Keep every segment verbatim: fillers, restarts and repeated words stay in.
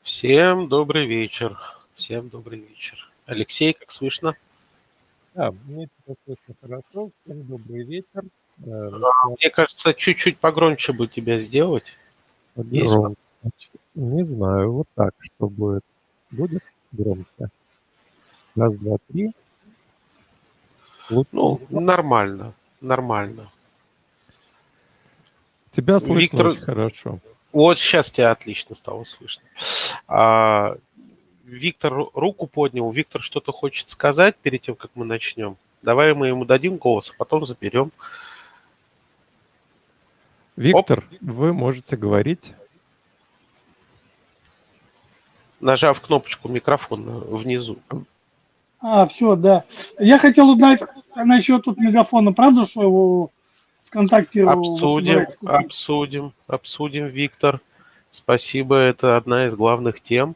Всем добрый вечер. Всем добрый вечер. Алексей, как слышно? Да, мне тебя слышно хорошо. Всем добрый вечер. Э, А, начинаем Мне кажется, чуть-чуть погромче бы тебя сделать. Есть громко. возможность? Не знаю, вот так, что будет. Будет громче? Раз, два, три. Лучше Ну, не так. нормально, нормально. Тебя слышно Виктор, очень хорошо. вот сейчас тебя отлично стало слышно. А, Виктор ру- руку поднял. Виктор что-то хочет сказать перед тем, как мы начнем. Давай мы ему дадим голос, а потом заберем. Оп, Виктор, вы можете говорить. нажав кнопочку микрофона внизу. А, все, да. Я хотел узнать насчет тут мегафона. Правда, что его ВКонтакте вы Обсудим, собираетесь купить? обсудим, обсудим, Виктор. Спасибо, это одна из главных тем.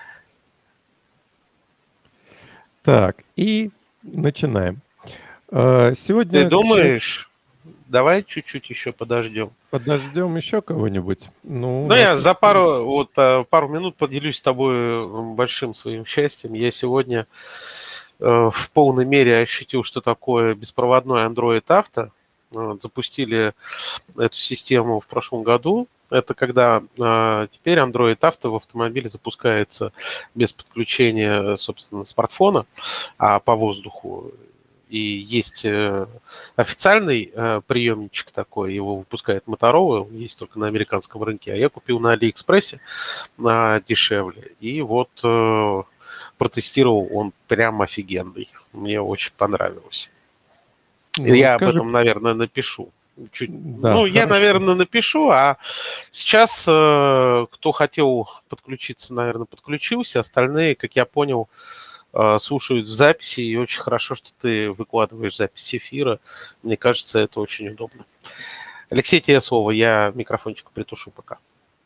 Так, и начинаем. Э, Ты Сегодня, к счастью, думаешь, давай чуть-чуть еще подождем. подождем еще кого-нибудь. Ну, у Ну, нас я тут... за пару, вот, э, пару минут поделюсь с тобой м, большим своим счастьем. Я сегодня э, в полной мере ощутил, что такое беспроводной Android Auto. Вот, запустили эту систему в прошлом году. Это когда э, теперь Android Auto в автомобиле запускается без подключения, собственно, смартфона, а по воздуху. И есть э, официальный э, приемничек такой, его выпускает Motorola, он есть только на американском рынке, а я купил на Алиэкспрессе на дешевле. И вот э, протестировал, он прям офигенный. Мне очень понравилось. Ну, Я об скажи, этом, наверное, напишу. Чуть, да, ну, я, хорошо. наверное, напишу, а сейчас э, кто хотел подключиться, наверное, подключился. Остальные, как я понял, э, слушают в записи, и очень хорошо, что ты выкладываешь запись эфира. Мне кажется, это очень удобно. Алексей, тебе слово. Я микрофончик притушу пока.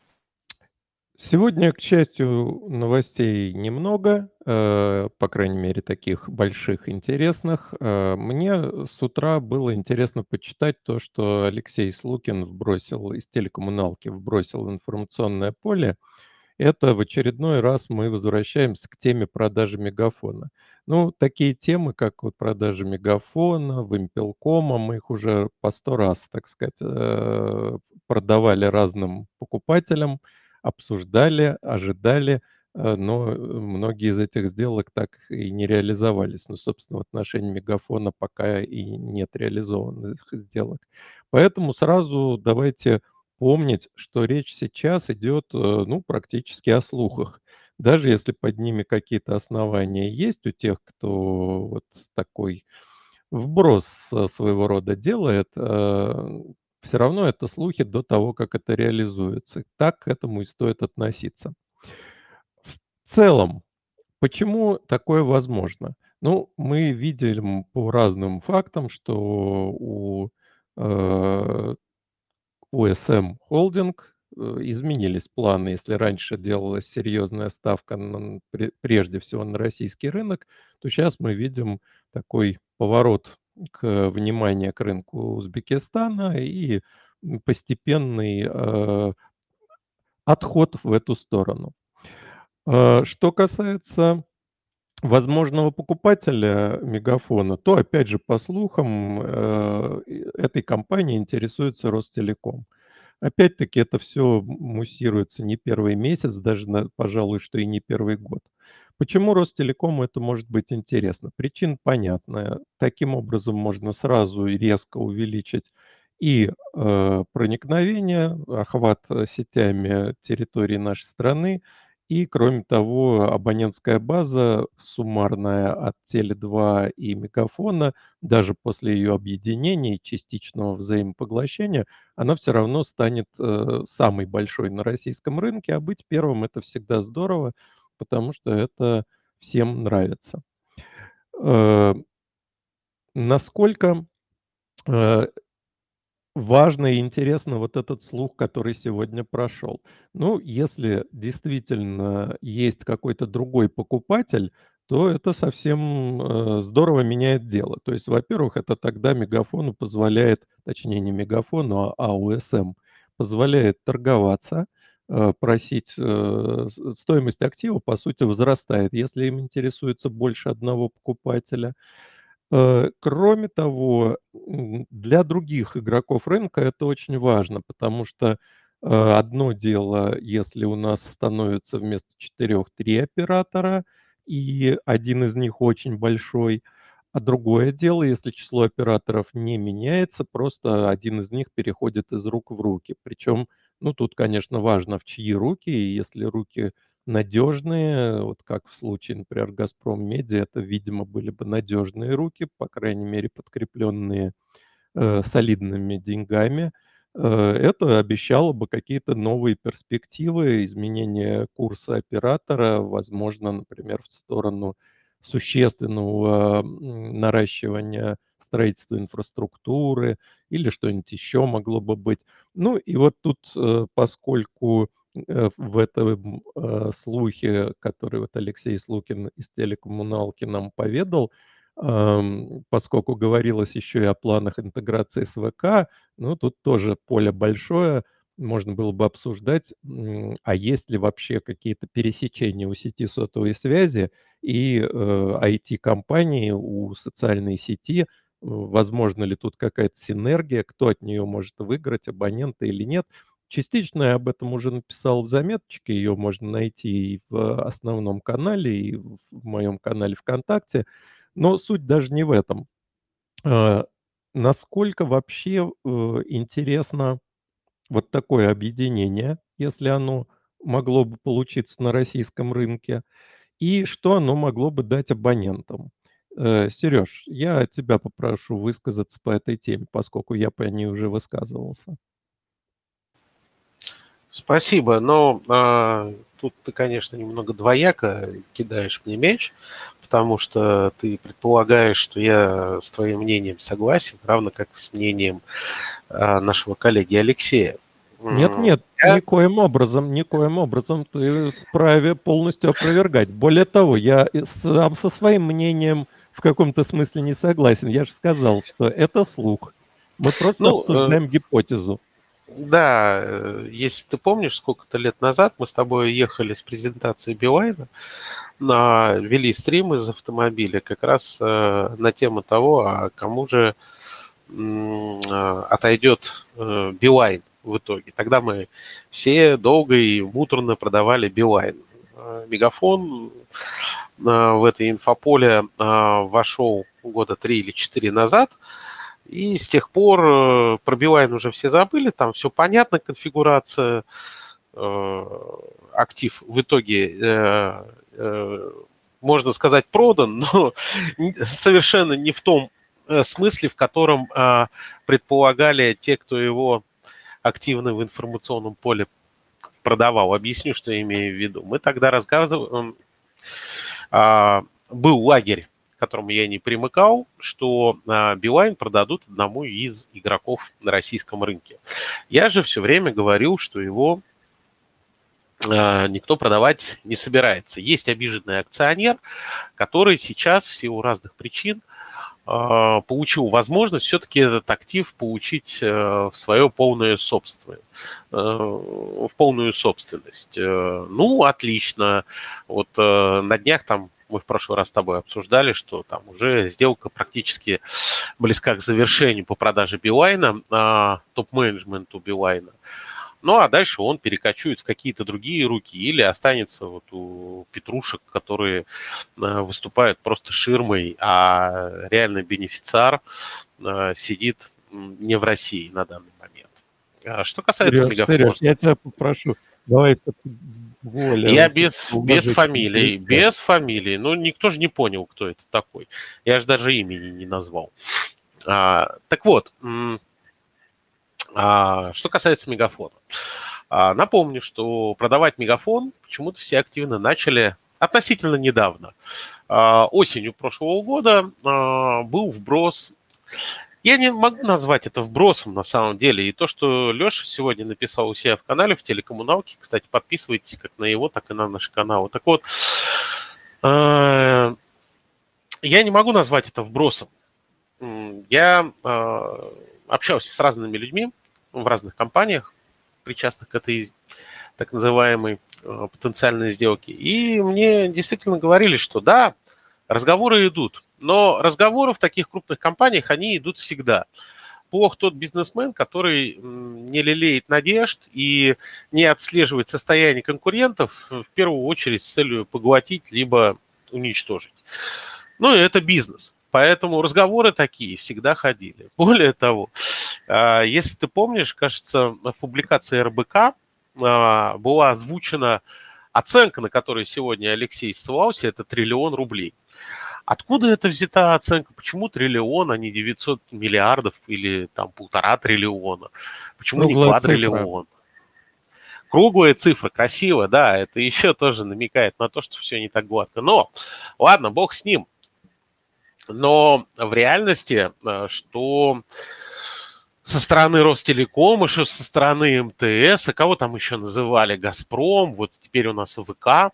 Сегодня, к счастью, новостей немного, э, по крайней мере, таких больших, интересных. Э, мне с утра было интересно почитать то, что Алексей Слукин вбросил из телекоммуналки, вбросил в информационное поле. Это в очередной раз мы возвращаемся к теме продажи мегафона. Ну, такие темы, как вот продажа мегафона, Вимпелкома, мы их уже по сто раз, так сказать, э, продавали разным покупателям, обсуждали, ожидали, э, но э, многие из этих сделок так и не реализовались. Ну, собственно, в отношении мегафона пока и нет реализованных сделок. Поэтому сразу давайте помнить, что речь сейчас идет, э, ну, практически о слухах. Даже если под ними какие-то основания есть у тех, кто вот такой вброс э, своего рода делает, все равно это слухи до того, как это реализуется. Так к этому и стоит относиться. В целом, почему такое возможно? Ну, мы видим по разным фактам, что у э, у эс эм Holding э, изменились планы. Если раньше делалась серьезная ставка на пре прежде всего на российский рынок, то сейчас мы видим такой поворот к внимания к рынку Узбекистана и, м, постепенный, э, отход в эту сторону. Э, что касается возможного покупателя мегафона, то, опять же, по слухам, э, и этой компанией интересуется Ростелеком. Опять-таки это все муссируется не первый месяц, даже, на пожалуй, что и не первый год. Почему Ростелекому это может быть интересно? Причина понятная. Таким образом можно сразу и резко увеличить и, э, проникновение, охват, э, сетями территории нашей страны, и, кроме того, абонентская база суммарная от теле два и Мегафона, даже после ее объединения и частичного взаимопоглощения, она все равно станет, э, самой большой на российском рынке, а быть первым — это всегда здорово, потому что это всем нравится. Э, насколько, э, важно и интересно вот этот слух, который сегодня прошел. Ну, если действительно есть какой-то другой покупатель, то это совсем, э, здорово меняет дело. То есть, во-первых, это тогда Мегафону позволяет, точнее, не Мегафону, а АОСМ, позволяет торговаться, просить, стоимость актива, по сути, возрастает, если им интересуется больше одного покупателя. Кроме того, для других игроков рынка это очень важно, потому что одно дело, если у нас становится вместо четырех три оператора, и один из них очень большой, а другое дело, если число операторов не меняется, просто один из них переходит из рук в руки. Причем, ну, тут, конечно, важно, в чьи руки, и если руки надежные, вот как в случае, например, «Газпром Медиа», это, видимо, были бы надежные руки, по крайней мере, подкрепленные э, солидными деньгами. Э, это обещало бы какие-то новые перспективы, изменения курса оператора, возможно, например, в сторону существенного м, наращивания строительства инфраструктуры или что-нибудь еще могло бы быть. Ну и вот тут, э, поскольку э, в этом э, слухе, который вот Алексей Слукин из телекоммуналки нам поведал, ам, поскольку говорилось еще и о планах интеграции с ВК, ну, тут тоже поле большое, можно было бы обсуждать, м, а есть ли вообще какие-то пересечения у сети сотовой связи и э, ай ти-компании, у социальной сети, э, возможно ли тут какая-то синергия, кто от нее может выиграть, абоненты или нет. Частично я об этом уже написал в заметочке, ее можно найти и в основном канале, и в моем канале ВКонтакте. Но суть даже не в этом. А, насколько вообще, э, интересно вот такое объединение, если оно могло бы получиться на российском рынке, и что оно могло бы дать абонентам? Э, Сереж, я тебя попрошу высказаться по этой теме, поскольку я по ней уже высказывался. Спасибо, но а, тут ты, конечно, немного двояко кидаешь мне мяч, потому что ты предполагаешь, что я с твоим мнением согласен, равно как с мнением а, нашего коллеги Алексея. Нет, М, нет, Я, никоим образом, никоим образом ты вправе полностью опровергать. Более того, я и сам со своим мнением в каком-то смысле не согласен. Я же сказал, что это слух. Мы просто ну, э, обсуждаем гипотезу. да, э, если ты помнишь, сколько-то лет назад мы с тобой ехали с презентацией Билайна, на, вели стрим из автомобиля как раз э, на тему того, а кому же м, а, отойдет э, Билайн в итоге. Тогда мы все долго и муторно продавали Билайн. Э, Мегафон э, в это инфополе э, вошел года три или четыре назад, и с тех пор э, про Билайн уже все забыли, там все понятно, конфигурация, э, актив в итоге, э, э, можно сказать, продан, но совершенно не в том э, смысле, в котором э, предполагали те, кто его активно в информационном поле продавал. Объясню, что я имею в виду. Мы тогда рассказывали, э, был лагерь, к которому я не примыкал, что э, Билайн продадут одному из игроков на российском рынке. Я же все время говорил, что его никто продавать не собирается. Есть обиженный акционер, который сейчас в силу разных причин получил возможность все-таки этот актив получить в свое полное собственно, в полную собственность. Ну, отлично. Вот на днях там мы в прошлый раз с тобой обсуждали, что там уже сделка практически близка к завершению по продаже Билайна, топ-менеджменту Билайна. Ну, а дальше он перекочует в какие-то другие руки или останется вот у петрушек, которые выступают просто ширмой, а реальный бенефициар сидит не в России на данный момент. Что касается Сереж, Мегафона... Сереж, я тебя попрошу, давай более... Я без, без фамилии, без фамилии. Ну, никто же не понял, кто это такой. Я же даже имени не назвал. А, так вот... А, что касается Мегафона. А, напомню, что продавать Мегафон почему-то все активно начали относительно недавно. А, осенью прошлого года а, был вброс. Я не могу назвать это вбросом на самом деле. И то, что Леша сегодня написал у себя в канале в телекоммуналке, кстати, подписывайтесь как на его, так и на наши каналы. Так вот, а, я не могу назвать это вбросом. Я а, общался с разными людьми в разных компаниях, причастных к этой так называемой э, потенциальной сделки. И мне действительно говорили, что да, разговоры идут, но разговоры в таких крупных компаниях, они идут всегда. Плох тот бизнесмен, который не лелеет надежд и не отслеживает состояние конкурентов, в первую очередь с целью поглотить либо уничтожить. Ну, и это бизнес. Поэтому разговоры такие всегда ходили. Более того, если ты помнишь, кажется, в публикации эр бэ ка была озвучена оценка, на которую сегодня Алексей ссылался, это триллион рублей. Откуда это взята оценка? Почему триллион, а не девятьсот миллиардов или там полтора триллиона? Почему Круглая не квадриллион? Цифра. Круглая цифра, красиво, да, это еще тоже намекает на то, что все не так гладко. Но, ладно, бог с ним. Но в реальности, что со стороны Ростелекома, что со стороны эм тэ эс, а кого там еще называли, Газпром, вот теперь у нас вэ ка,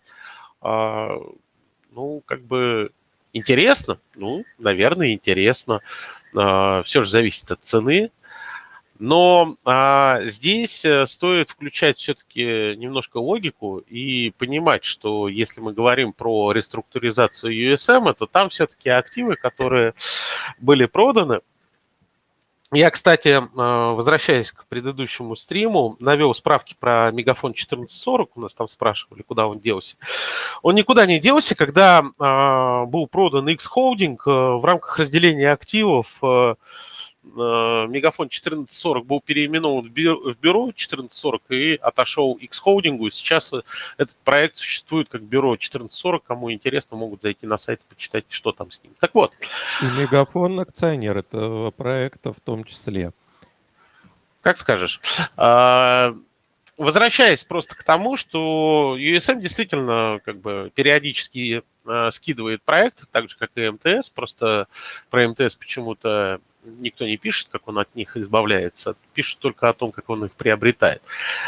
ну, как бы... Интересно? Ну, наверное, интересно. Все же зависит от цены. Но а, здесь стоит включать все-таки немножко логику и понимать, что если мы говорим про реструктуризацию ю эс эм, то там все-таки активы, которые были проданы. Я, кстати, возвращаясь к предыдущему стриму, навел справки про Мегафон четырнадцать сорок. У нас там спрашивали, куда он делся. Он никуда не делся, когда был продан X-Holding в рамках разделения активов. Мегафон четырнадцать сорок был переименован в бюро четырнадцать сорок и отошел X-Holding. Сейчас этот проект существует как бюро четырнадцать сорок. Кому интересно, могут зайти на сайт и почитать, что там с ним. Так вот. И Мегафон акционер этого проекта в том числе. Как скажешь. Возвращаясь просто к тому, что ю эс эм действительно как бы периодически скидывает проекты, так же, как и эм тэ эс. Просто про эм тэ эс почему-то никто не пишет, как он от них избавляется. Пишет только о том, как он их приобретает.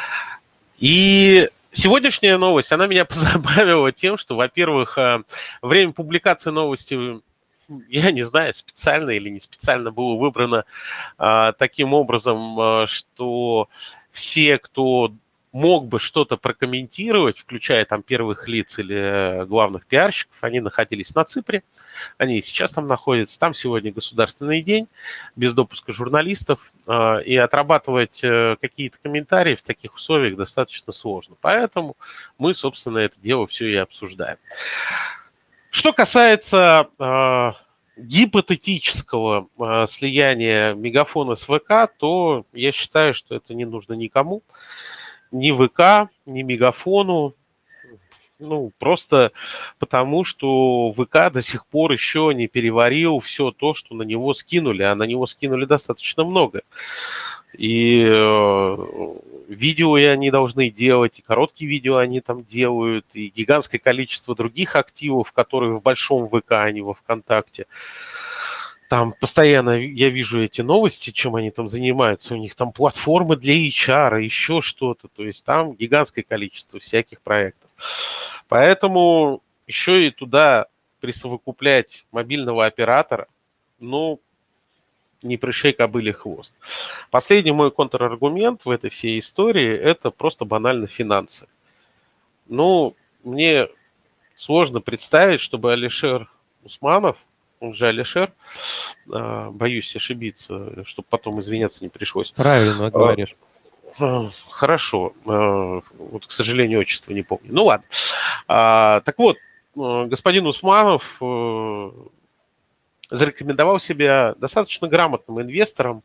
И сегодняшняя новость, она меня позабавила тем, что, во-первых, время публикации новости, я не знаю, специально или не специально было выбрано таким образом, что все, кто мог бы что-то прокомментировать, включая там первых лиц или главных пиарщиков, они находились на Ципре, они и сейчас там находятся, там сегодня государственный день, без допуска журналистов, и отрабатывать какие-то комментарии в таких условиях достаточно сложно. Поэтому мы, собственно, это дело все и обсуждаем. Что касается э, гипотетического э, слияния Мегафона с вэ ка, то я считаю, что это не нужно никому. Ни вэ ка, ни Мегафону, ну, просто потому, что вэ ка до сих пор еще не переварил все то, что на него скинули, а на него скинули достаточно много. И э, видео и они должны делать, и короткие видео они там делают, и гигантское количество других активов, которые в большом вэ ка, а не во ВКонтакте. Там постоянно я вижу эти новости, чем они там занимаются. У них там платформы для эйч ар, еще что-то. То есть там гигантское количество всяких проектов. Поэтому еще и туда присовокуплять мобильного оператора, ну, не пришей кобыле хвост. Последний мой контраргумент в этой всей истории – это просто банально финансы. Ну, мне сложно представить, чтобы Алишер Усманов, он же Алишер, боюсь ошибиться, чтобы потом извиняться не пришлось. Правильно говоришь. Хорошо. Вот, к сожалению, отчество не помню. Ну, ладно. Так вот, господин Усманов зарекомендовал себя достаточно грамотным инвестором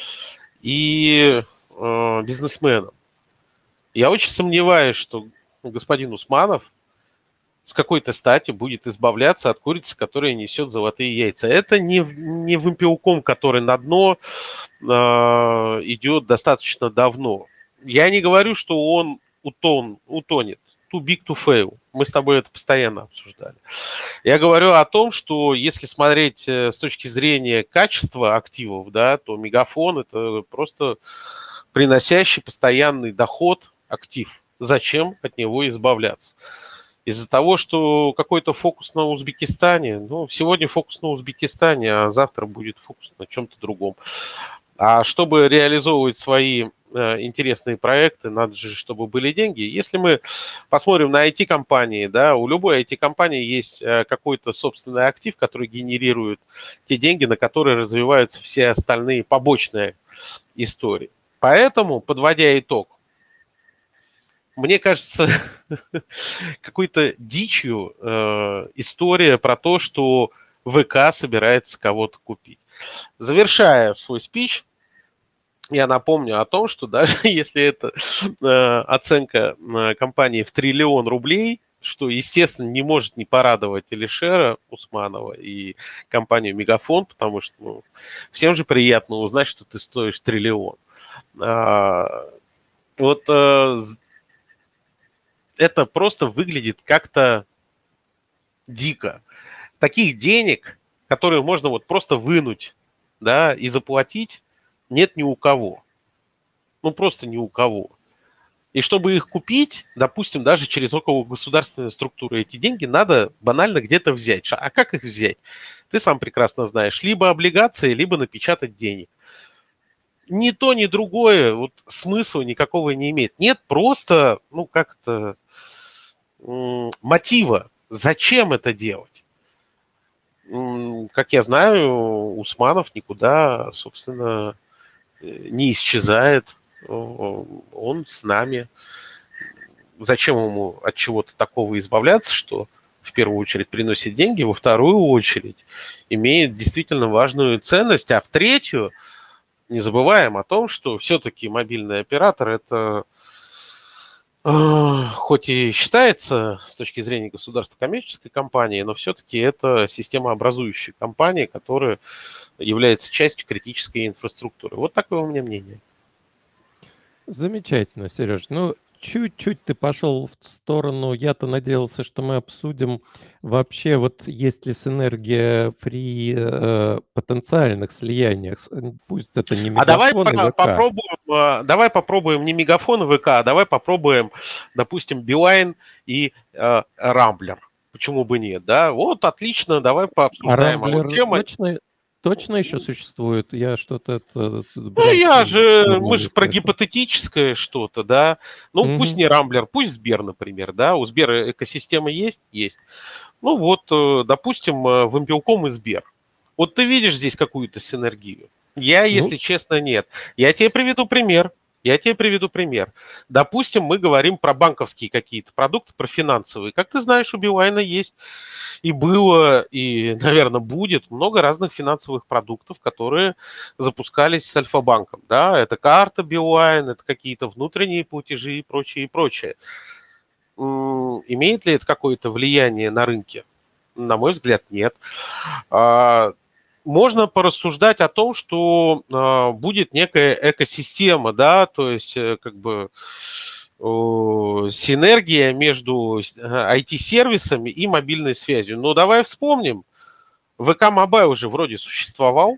и бизнесменом. Я очень сомневаюсь, что господин Усманов с какой-то стати будет избавляться от курицы, которая несет золотые яйца. Это не, не вымпелком, который на дно э, идет достаточно давно. Я не говорю, что он утон, утонет. Too big to fail. Мы с тобой это постоянно обсуждали. Я говорю о том, что если смотреть с точки зрения качества активов, да, то Мегафон – это просто приносящий постоянный доход актив. Зачем от него избавляться? Из-за того, что какой-то фокус на Узбекистане, ну, сегодня фокус на Узбекистане, а завтра будет фокус на чем-то другом. А чтобы реализовывать свои интересные проекты, надо же, чтобы были деньги. Если мы посмотрим на ай ти-компании, да, у любой ай ти-компании есть какой-то собственный актив, который генерирует те деньги, на которые развиваются все остальные побочные истории. Поэтому, подводя итог, мне кажется, какой-то дичью э, история про то, что ВК собирается кого-то купить. Завершая свой спич, я напомню о том, что даже если это э, оценка э, компании в триллион рублей, что, естественно, не может не порадовать Алишера Усманова и компанию Мегафон, потому что ну, всем же приятно узнать, что ты стоишь триллион. А, вот э, это просто выглядит как-то дико. Таких денег, которые можно вот просто вынуть, да, и заплатить, нет ни у кого. Ну, просто ни у кого. И чтобы их купить, допустим, даже через около государственные структуры, эти деньги надо банально где-то взять. А как их взять? Ты сам прекрасно знаешь. Либо облигации, либо напечатать денег. Ни то, ни другое вот смысла никакого не имеет. Нет просто, ну, как-то м- мотива. Зачем это делать? М- Как я знаю, Усманов никуда, собственно, не исчезает. Он с нами. Зачем ему от чего-то такого избавляться, что в первую очередь приносит деньги, во вторую очередь имеет действительно важную ценность, а в третью не забываем о том, что все-таки мобильный оператор это хоть и считается с точки зрения государства коммерческой компанией, но все-таки это системообразующая компания, которая является частью критической инфраструктуры. Вот такое у меня мнение. Замечательно, Сереж. Ну, чуть-чуть ты пошел в сторону. Я-то надеялся, что мы обсудим вообще, вот есть ли синергия при э, потенциальных слияниях. с- н- Пусть это не А давай Мегафон и по- ВК. попробуем, э, давай попробуем не Мегафон и ВК, а давай попробуем, допустим, Билайн и э, Рамблер. Почему бы нет, да? Вот отлично, давай А пообсуждаем. А вот Рамблер чем они... точно, точно еще существует? Я что-то это, этот Ну, бренд я м, же, давно мы не же про слышал. гипотетическое что-то, да. Ну, пусть Мгм. не Рамблер, пусть Сбер, например, да. У Сбера экосистема есть? Есть. Ну, вот, э, допустим, э, Вимпелком и Сбер. Вот ты видишь здесь какую-то синергию? Я, Ну, если честно, нет. Я тебе приведу пример. Я тебе приведу пример. Допустим, мы говорим про банковские какие-то продукты, про финансовые. Как ты знаешь, у Билайна есть и было, и, наверное, будет много разных финансовых продуктов, которые запускались с Альфа-банком. Да? Это карта Билайн, это какие-то внутренние платежи и прочее, и прочее. М, Имеет ли это какое-то влияние на рынке? На мой взгляд, нет. А, Можно порассуждать о том, что а, будет некая экосистема, да, то есть э, как бы о, синергия между с- а, ай ти-сервисами и мобильной связью. Но давай вспомним, ВК Мобайл уже вроде существовал.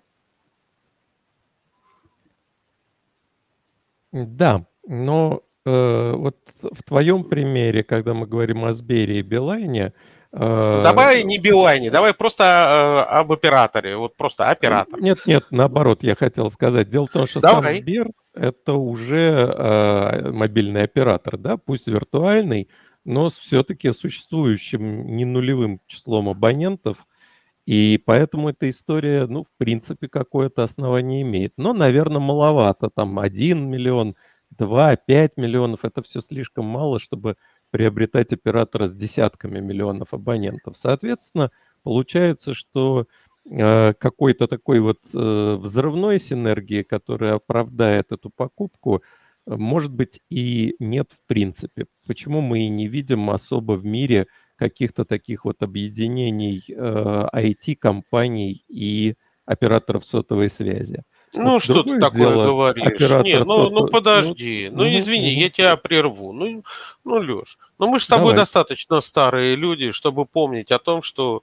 да, но э, вот в твоем примере, когда мы говорим о Сбере и Билайне, Ну, э, давай не Билайне, давай просто а, об операторе, вот просто оператор. нет, нет, наоборот, я хотел сказать. Дело в том, что сам Давай. Сбер это уже э, мобильный оператор, да, пусть виртуальный, но все-таки существующим не нулевым числом абонентов, и поэтому эта история, ну, в принципе, какое-то основание имеет. Но, наверное, маловато. Там один миллион, два, пять миллионов. Это все слишком мало, чтобы приобретать оператора с десятками миллионов абонентов. Соответственно, получается, что э, какой-то такой вот э, взрывной синергии, которая оправдает эту покупку, э, может быть, и нет в принципе. Почему мы и не видим особо в мире каких-то таких вот объединений э, ай ти-компаний и операторов сотовой связи. Вот Ну, что ты другое такое дело, говоришь? Не, оператор ну, ну сотовой... Ну, подожди. Ну, мгм, извини, я мгм. тебя прерву. Ну, ну, Леш, ну мы же с тобой Давай. достаточно старые люди, чтобы помнить о том, что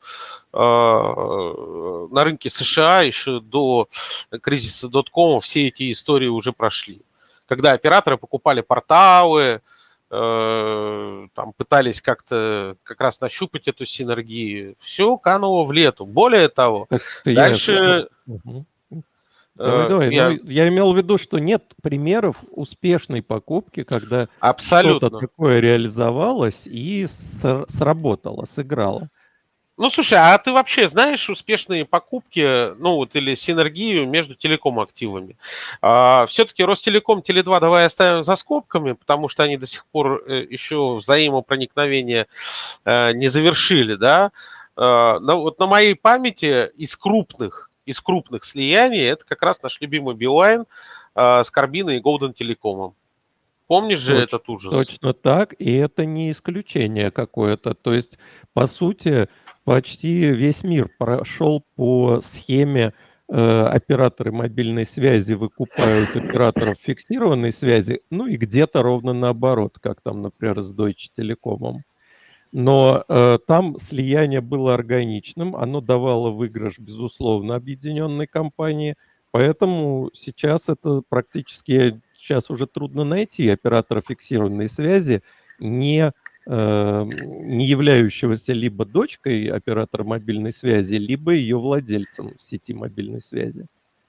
э, на рынке США еще до кризиса доткома все эти истории уже прошли. Когда операторы покупали порталы, э, там пытались как-то как раз нащупать эту синергию, все кануло в лету. Более того, Так я... дальше... Мгм. Давай, Э, давай. Ну, Я я имел в виду, что нет примеров успешной покупки, когда что-то абсолютно. такое реализовалось и ср- сработало, сыграло. Ну, слушай, а ты вообще знаешь успешные покупки, ну, вот или синергию между телеком-активами? Все-таки Ростелеком, Теле два давай оставим за скобками, потому что они до сих пор э, еще взаимопроникновение э, не завершили, да? Э, Но вот на моей памяти из крупных, из крупных слияний это как раз наш любимый Билайн э, с Карбиной и Голден Телекомом. Помнишь же Точ- этот ужас? точно так, и это не исключение какое-то. То есть, по сути, почти весь мир прошел по схеме э, операторы мобильной связи выкупают операторов фиксированной связи, ну и где-то ровно наоборот, как там, например, с Deutsche Telekom. Но э, там слияние было органичным, оно давало выигрыш, безусловно, объединенной компании, поэтому сейчас это практически, сейчас уже трудно найти оператора фиксированной связи, не, э, не являющегося либо дочкой оператора мобильной связи, либо ее владельцем сети мобильной связи.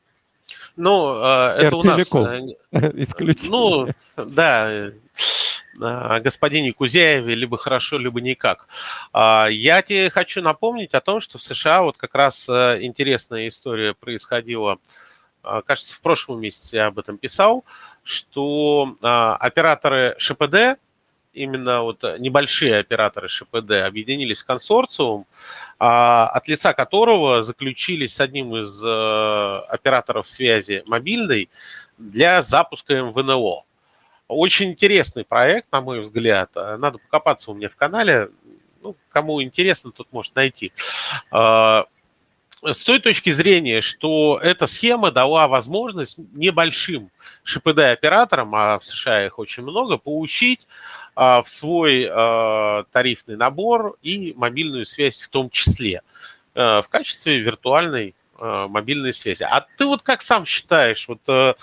Ну, э, это у нас, Тертелеком. э, Исключение. ну, да, э, о господине Кузяеве либо хорошо, либо никак. А, Я тебе хочу напомнить о том, что в США вот как раз э, интересная история происходила, а, кажется, в прошлом месяце я об этом писал, что а, операторы ШПД, именно вот небольшие операторы ШПД объединились в консорциум, а, от лица которого заключились с одним из э, операторов связи мобильной для запуска эм вэ эн о. Очень интересный проект, на мой взгляд. Надо покопаться у меня в канале. Ну, кому интересно, тот может найти. А, С той точки зрения, что эта схема дала возможность небольшим ШПД-операторам, а в США их очень много, получить а, в свой а, тарифный набор и мобильную связь в том числе а, в качестве виртуальной а, мобильной связи. А ты вот как сам считаешь, вот а,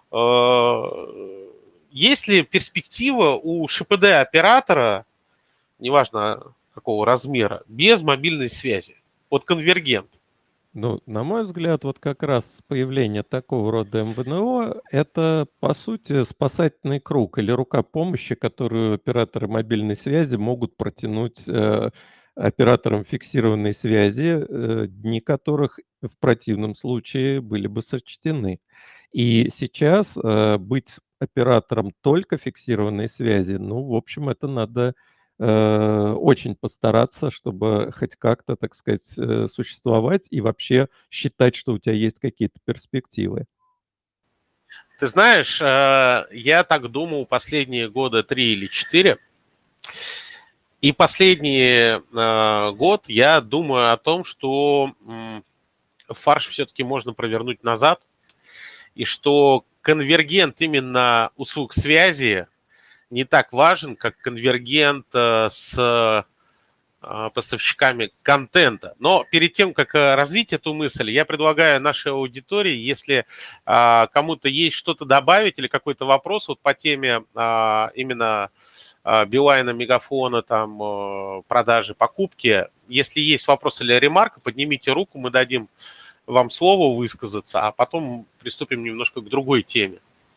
а, есть ли перспектива у ШПД-оператора, неважно какого размера, без мобильной связи? Вот конвергент. Ну, на мой взгляд, вот как раз появление такого рода эм вэ эн о — это, по сути, спасательный круг или рука помощи, которую операторы мобильной связи могут протянуть э, операторам фиксированной связи, э, дни которых в противном случае были бы сочтены. И сейчас э, быть оператором только фиксированной связи, ну, в общем, это надо э, очень постараться, чтобы хоть как-то, так сказать, э, существовать и вообще считать, что у тебя есть какие-то перспективы. Ты знаешь, э, я так думал последние года три или четыре. И последний э, год я думаю о том, что м, фарш все-таки можно провернуть назад, и что конвергент именно услуг связи не так важен, как конвергент э, с э, поставщиками контента. Но перед тем, как э, развить эту мысль, я предлагаю нашей аудитории, если э, кому-то есть что-то добавить или какой-то вопрос вот по теме э, именно э, Билайна, Мегафона, там, э, продажи, покупки, если есть вопрос или ремарка, поднимите руку, мы дадим вам слово высказаться, а потом приступим немножко к другой теме.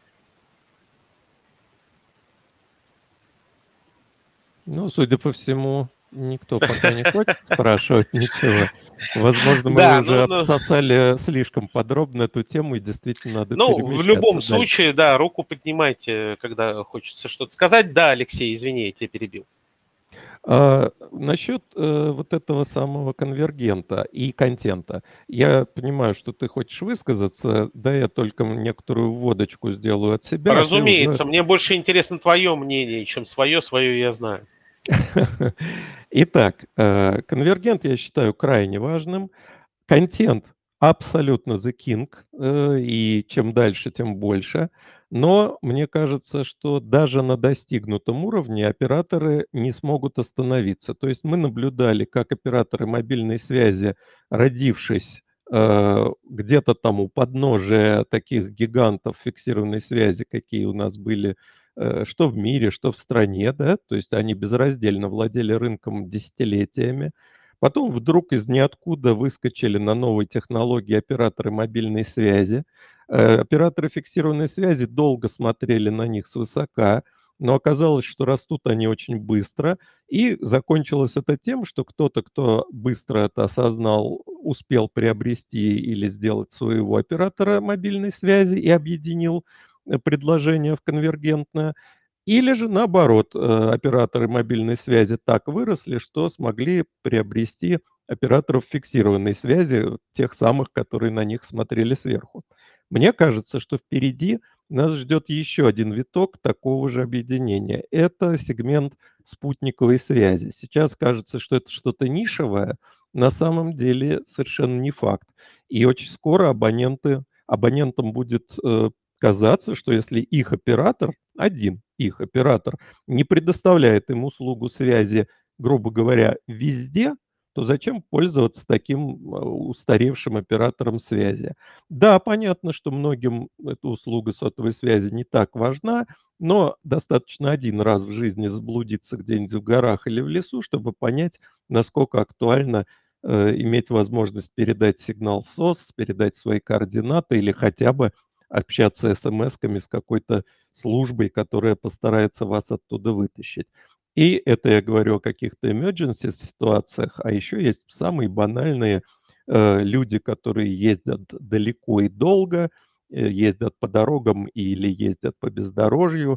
Ну, судя по всему, никто пока не хочет спрашивать ничего. Возможно, мы Да, уже ну, ну, обсосали слишком подробно эту тему, и действительно надо ну, в любом перемещаться дальше. случае, да, руку поднимайте, когда хочется что-то сказать. Да, Алексей, извини, я тебя перебил. А, насчет э, вот этого самого конвергента и контента. Я понимаю, что ты хочешь высказаться, да, я только некоторую вводочку сделаю от себя, а ты уже... Разумеется, мне больше интересно твое мнение, чем свое. Свое я знаю. Итак, э, конвергент я считаю крайне важным. Контент абсолютно the king, э, и чем дальше, тем больше. Но мне кажется, что даже на достигнутом уровне операторы не смогут остановиться. То есть мы наблюдали, как операторы мобильной связи, родившись э, где-то там у подножия таких гигантов фиксированной связи, какие у нас были, э, что в мире, что в стране, да, то есть они безраздельно владели рынком десятилетиями. Потом вдруг из ниоткуда выскочили на новые технологии операторы мобильной связи. Э, Операторы фиксированной связи долго смотрели на них свысока, но оказалось, что растут они очень быстро, и закончилось это тем, что кто-то, кто быстро это осознал, успел приобрести или сделать своего оператора мобильной связи и объединил э, предложение в конвергентное, или же наоборот, э, операторы мобильной связи так выросли, что смогли приобрести операторов фиксированной связи, тех самых, которые на них смотрели сверху. Мне кажется, что впереди нас ждет еще один виток такого же объединения. Это сегмент спутниковой связи. Сейчас кажется, что это что-то нишевое, на самом деле совершенно не факт. И очень скоро абоненты, абонентам будет э, казаться, что если их оператор, один их оператор, не предоставляет им услугу связи, грубо говоря, везде, то зачем пользоваться таким э, устаревшим оператором связи? Да, понятно, что многим эта услуга сотовой связи не так важна, но достаточно один раз в жизни заблудиться где-нибудь в горах или в лесу, чтобы понять, насколько актуально э, иметь возможность передать сигнал сос, передать свои координаты или хотя бы общаться смс-ками с какой-то службой, которая постарается вас оттуда вытащить. И это я говорю о каких-то emergency ситуациях, а еще есть самые банальные э, люди, которые ездят далеко и долго, э, ездят по дорогам или ездят по бездорожью,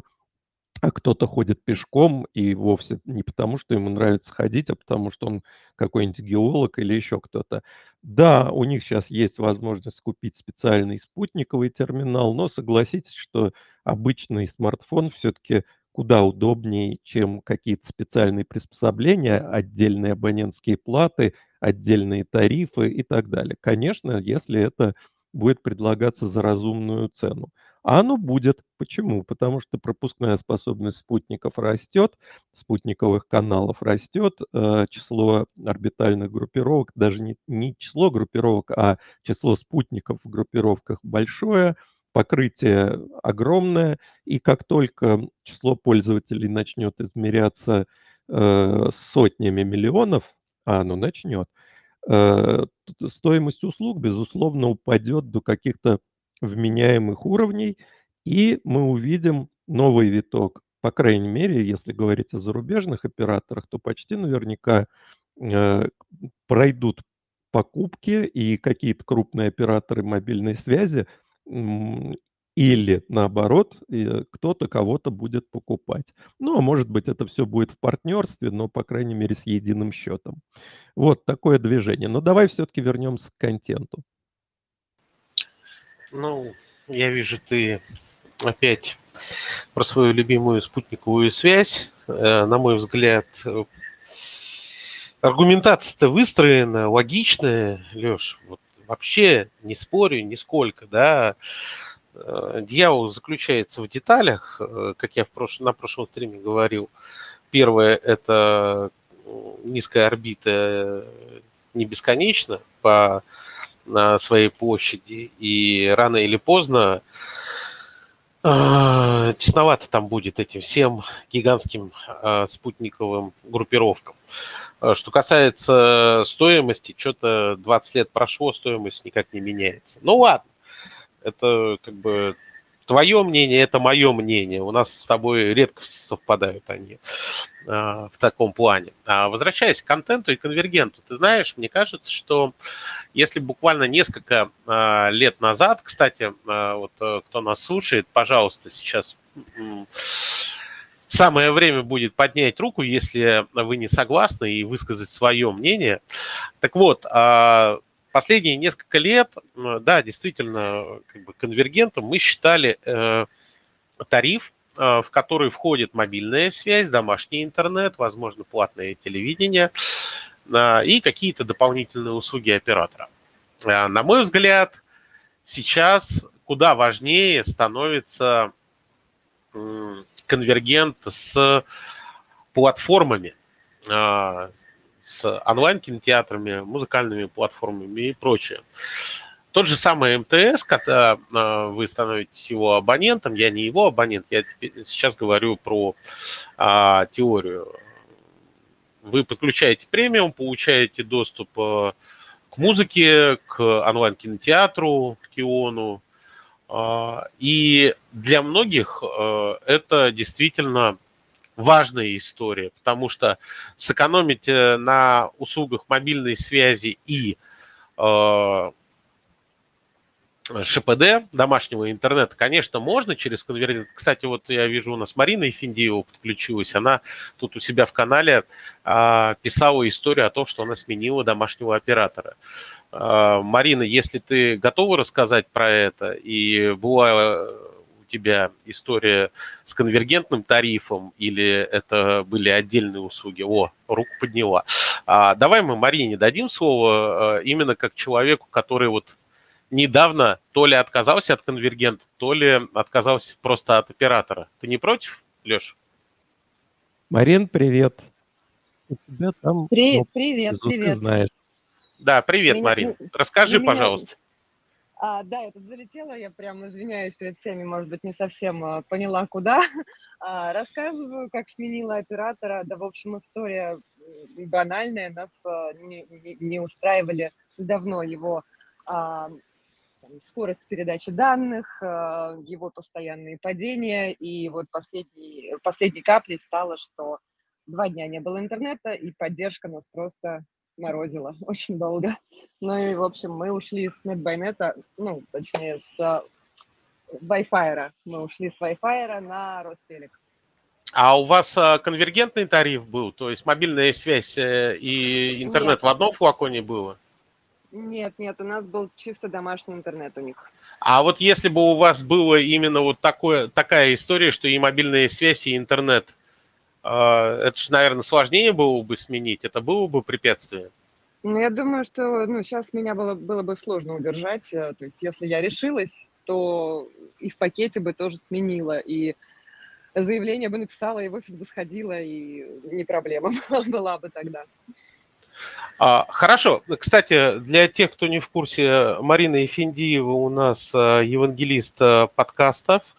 а кто-то ходит пешком и вовсе не потому, что ему нравится ходить, а потому что он какой-нибудь геолог или еще кто-то. Да, у них сейчас есть возможность купить специальный спутниковый терминал, но согласитесь, что обычный смартфон все-таки куда удобнее, чем какие-то специальные приспособления, отдельные абонентские платы, отдельные тарифы и так далее. Конечно, если это будет предлагаться за разумную цену. А оно будет. Почему? Потому что пропускная способность спутников растет, спутниковых каналов растет, э, число орбитальных группировок, даже не, не число группировок, а число спутников в группировках большое, покрытие огромное, и как только число пользователей начнет измеряться э, сотнями миллионов, а оно начнет, э, т- стоимость услуг, безусловно, упадет до каких-то вменяемых уровней, и мы увидим новый виток. По крайней мере, если говорить о зарубежных операторах, то почти наверняка э, пройдут покупки, и какие-то крупные операторы мобильной связи м, или наоборот, э, кто-то кого-то будет покупать. Ну, а может быть, это все будет в партнерстве, но, по крайней мере, с единым счетом. Вот такое движение. Но давай все-таки вернемся к контенту. Ну, я вижу, ты опять про свою любимую спутниковую связь. Э, На мой взгляд, э, аргументация-то выстроена, логичная, Леш. Вот вообще не спорю нисколько, да. Э, Дьявол заключается в деталях, э, как я в прош... на прошлом стриме говорил. Первое – это низкая орбита не бесконечна по на своей площади, и рано или поздно э, тесновато там будет этим всем гигантским э, спутниковым группировкам. Э, Что касается стоимости, что-то двадцать лет прошло, стоимость никак не меняется. Ну ладно, это как бы твое мнение, это мое мнение. У нас с тобой редко совпадают они э, в таком плане. А возвращаясь к контенту и конвергенту, ты знаешь, мне кажется, что если буквально несколько э, лет назад, кстати, э, вот э, кто нас слушает, пожалуйста, сейчас м, самое время будет поднять руку, если вы не согласны, и высказать свое мнение. Так вот, э, последние несколько лет, э, да, действительно, как бы конвергентом мы считали э, тариф, э, в который входит мобильная связь, домашний интернет, возможно, платное телевидение э, и какие-то дополнительные услуги оператора. Э, На мой взгляд, сейчас куда важнее становится м, конвергент с платформами, э, с онлайн-кинотеатрами, музыкальными платформами и прочее. Тот же самый МТС, когда э, вы становитесь его абонентом, я не его абонент, я теперь- сейчас говорю про а, теорию. Вы подключаете премиум, получаете доступ э, к музыке, к онлайн-кинотеатру, к Киону, И для многих это действительно важная история, потому что сэкономить на услугах мобильной связи и ШПД, домашнего интернета, конечно, можно через конвергент. Кстати, вот я вижу, у нас Марина Ефиндиева подключилась. Она тут у себя в канале а, писала историю о том, что она сменила домашнего оператора. А, Марина, если ты готова рассказать про это, и была у тебя история с конвергентным тарифом, или это были отдельные услуги? О, руку подняла. А, давай мы Марине дадим слово а, именно как человеку, который вот недавно то ли отказался от конвергента, то ли отказался просто от оператора. Ты не против, Леш? Марин, привет. У тебя там... При, ну, привет, внизу, привет. Ты знаешь. Да, привет, Меня- Марин. ну, Расскажи, ну, меня- пожалуйста. А, да, я тут залетела, я прям извиняюсь перед всеми, может быть, не совсем а, поняла, куда. А, рассказываю, как сменила оператора. Да, в общем, история м, банальная. Нас а, не, не- не устраивали давно его а, там, скорость передачи данных, а, его постоянные падения. И вот последней, последней каплей стало, что два дня не было интернета, и поддержка нас просто морозила очень долго. Ну и, в общем, мы ушли с NetByNet, ну, точнее, с а, Wi-Fi. Мы ушли с Wi-Fi на Ростелек. А у вас а, конвергентный тариф был, то есть мобильная связь э, и интернет Нет. в одном флаконе было? Нет, нет, у нас был чисто домашний интернет у них. А вот если бы у вас было именно вот такое, такая история, что и мобильная связь, и интернет, а, это же, наверное, сложнее было бы сменить, это было бы препятствие? Ну, я думаю, что ну, сейчас меня было, было бы сложно удержать. э, То есть, если я решилась, то и в пакете бы тоже сменила, и заявление бы написала, и в офис бы сходила, и не проблема была бы тогда. А, Хорошо. Кстати, для тех, кто не в курсе, Марина Ефиндиева у нас а, евангелист а, подкастов,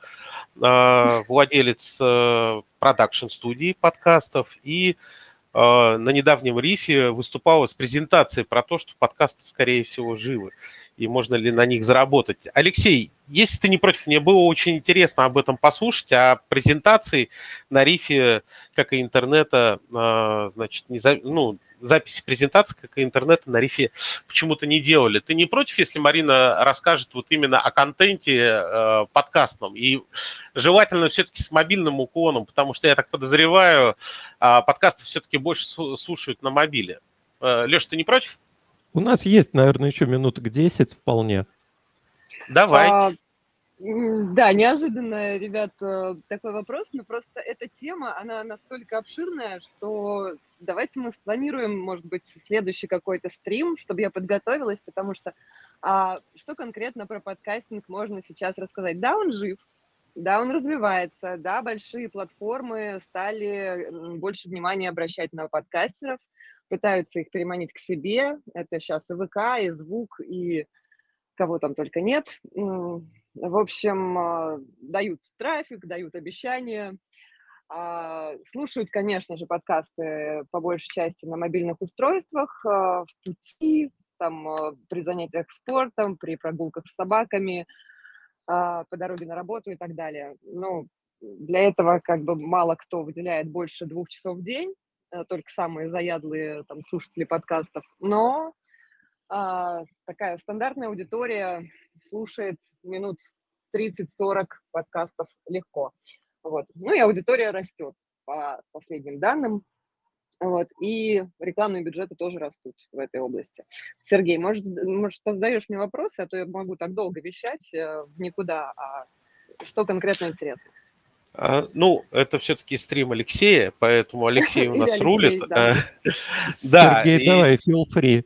а, владелец а, продакшн-студии подкастов и а, на недавнем рифе выступала с презентацией про то, что подкасты, скорее всего, живы и можно ли на них заработать. Алексей, если ты не против, мне было очень интересно об этом послушать, а презентации на рифе, как и интернета, а, значит, не за, ну, записи презентаций, как и интернета на рифе почему-то не делали. Ты не против, если Марина расскажет вот именно о контенте э, подкастном и желательно все-таки с мобильным уклоном, потому что я так подозреваю, э, подкасты все-таки больше су- слушают на мобиле. Э, Леш, ты не против? У нас есть, наверное, еще минуток десять вполне. Давай. А, м, Да, неожиданно, ребят, э, такой вопрос, но просто эта тема, она настолько обширная, что давайте мы спланируем, может быть, следующий какой-то стрим, чтобы я подготовилась, потому что а, что конкретно про подкастинг можно сейчас рассказать? Да, он жив, да, он развивается, да, большие платформы стали м, больше внимания обращать на подкастеров, пытаются их переманить к себе. Это сейчас и ВК, и Звук, и кого там только нет. М, В общем, а, дают трафик, дают обещания. А, Слушают, конечно же, подкасты по большей части на мобильных устройствах, а, в пути, там, а, при занятиях спортом, при прогулках с собаками, а, по дороге на работу и так далее. Ну, для этого как бы мало кто выделяет больше двух часов в день, э, только самые заядлые там слушатели подкастов. Но а, такая стандартная аудитория слушает минут тридцать-сорок подкастов легко. Вот. Ну и аудитория растет по последним данным. Вот. И рекламные бюджеты тоже растут в этой области. Сергей, может, может позадаешь мне вопросы, а то я могу так долго вещать э, в никуда. А что конкретно интересно? А, Ну, это все-таки стрим Алексея, поэтому Алексей у Или нас Алексей, рулит. да. Э, Да, Сергей, и давай, feel free.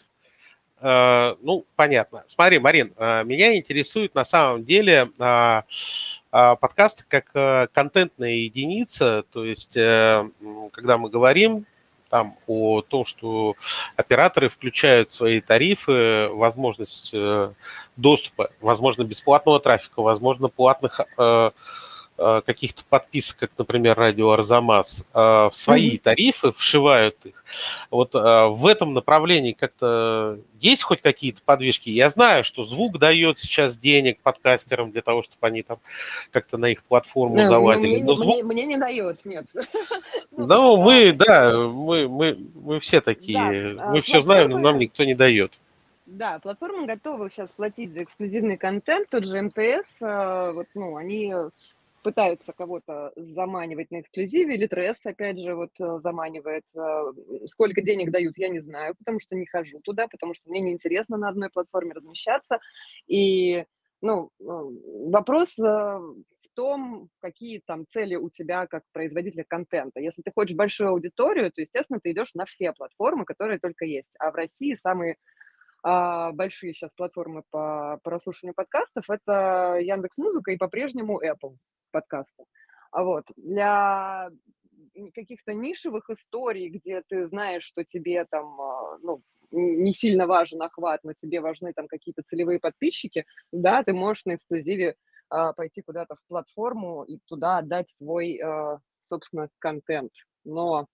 Э, Ну, понятно. Смотри, Марин, э, меня интересует на самом деле а, а, подкаст как э, контентная единица, то есть э, м, когда мы говорим там о том, что операторы включают в свои тарифы возможность э, доступа, возможно, бесплатного трафика, возможно, платных э, каких-то подписок, как, например, радио Арзамас, в свои тарифы, вшивают их. Вот в этом направлении как-то есть хоть какие-то подвижки? Я знаю, что звук дает сейчас денег подкастерам для того, чтобы они там как-то на их платформу Ну, залазили. мне, Но звук... мне, мне не дает, нет. Ну, мы, да, мы, мы, мы все такие, Да, мы все знаем, но нам никто не дает. Да, платформы готовы сейчас платить за эксклюзивный контент, тот же эм тэ эс, вот, ну, они пытаются кого-то заманивать на эксклюзиве, Литрес, опять же, вот заманивает. Сколько денег дают, я не знаю, потому что не хожу туда, потому что мне неинтересно на одной платформе размещаться. И, ну, вопрос в том, какие там цели у тебя как производителя контента. Если ты хочешь большую аудиторию, то, естественно, ты идешь на все платформы, которые только есть. А в России самые а, большие сейчас платформы по прослушиванию подкастов — это Яндекс.Музыка и по-прежнему Apple подкасты. А вот для каких-то нишевых историй, где ты знаешь, что тебе там, ну, не сильно важен охват, но тебе важны там какие-то целевые подписчики, да, ты можешь на эксклюзиве а, пойти куда-то в платформу и туда отдать свой, а, собственно, контент. Но,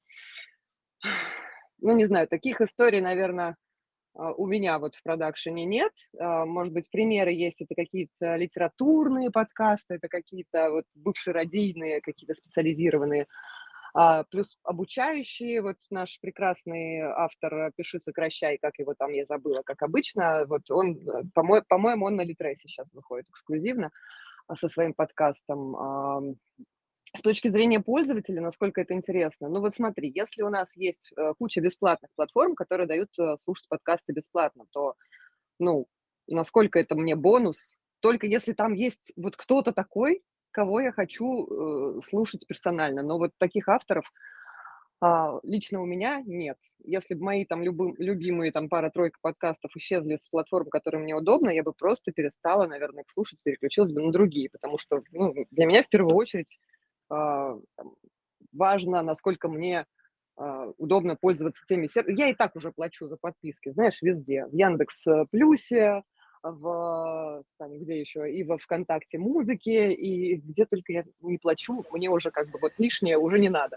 ну, не знаю, таких историй, наверное, у меня вот в продакшене нет. Может быть, примеры есть. Это какие-то литературные подкасты, это какие-то вот бывшие радийные, какие-то специализированные. Плюс обучающие. Вот наш прекрасный автор «Пиши, сокращай», как его там я забыла, как обычно. Вот он, по-моему, по-моему, он на Литресе сейчас выходит эксклюзивно со своим подкастом. С точки зрения пользователя, насколько это интересно? Ну вот смотри, если у нас есть куча бесплатных платформ, которые дают слушать подкасты бесплатно, то, ну, насколько это мне бонус? Только если там есть вот кто-то такой, кого я хочу э, слушать персонально. Но вот таких авторов а, лично у меня нет. Если бы мои там любым, любимые там пара-тройка подкастов исчезли с платформ, которые мне удобно, я бы просто перестала, наверное, их слушать, переключилась бы на другие, потому что, ну, для меня в первую очередь важно, насколько мне э, удобно пользоваться теми сервисами. Я и так уже плачу за подписки, знаешь, везде. В Яндекс.Плюсе, в, там, где еще, и во ВКонтакте Музыке, и где только я не плачу, мне уже как бы вот лишнее уже не надо.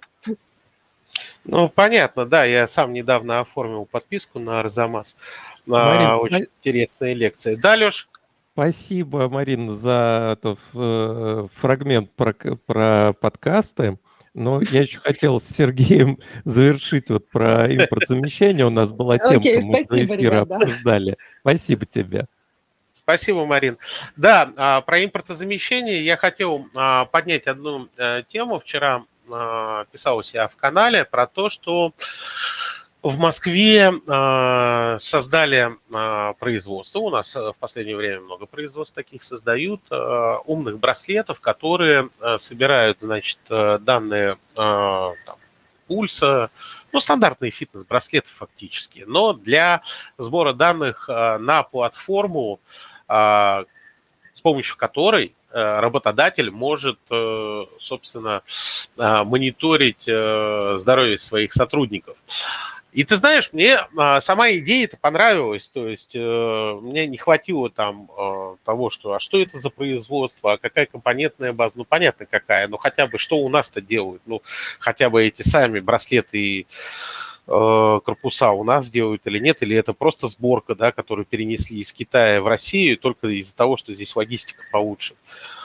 Ну, понятно, да, я сам недавно оформил подписку на Арзамас, на Марин, очень спа- интересные лекции. Да, Леш? спасибо, Марин, за этот э, фрагмент про, к- про подкасты. Но я еще хотел с Сергеем завершить вот про импортзамещение. У нас была темка, Окей, мы до спасибо, эфира ребят, да. обсуждали. Спасибо тебе. Спасибо, Марин. Да, а, про импортозамещение я хотел а, поднять одну а, тему. Вчера а, писал у себя в канале про то, что в Москве а, создали а, производство. У нас в последнее время много производств таких создают. А, умных браслетов, которые а, собирают, значит, данные а, там, пульса, ну, стандартные фитнес-браслеты фактически, но для сбора данных а, на платформу, а, с помощью которой а, работодатель может, а, собственно, а, мониторить а, здоровье своих сотрудников. И ты знаешь, мне а, сама идея-то понравилась, то есть э, мне не хватило там э, того, что, а что это за производство, а какая компонентная база, ну понятно какая, но хотя бы что у нас-то делают, ну хотя бы эти сами браслеты и э, корпуса у нас делают или нет, или это просто сборка, да, которую перенесли из Китая в Россию только из-за того, что здесь логистика получше.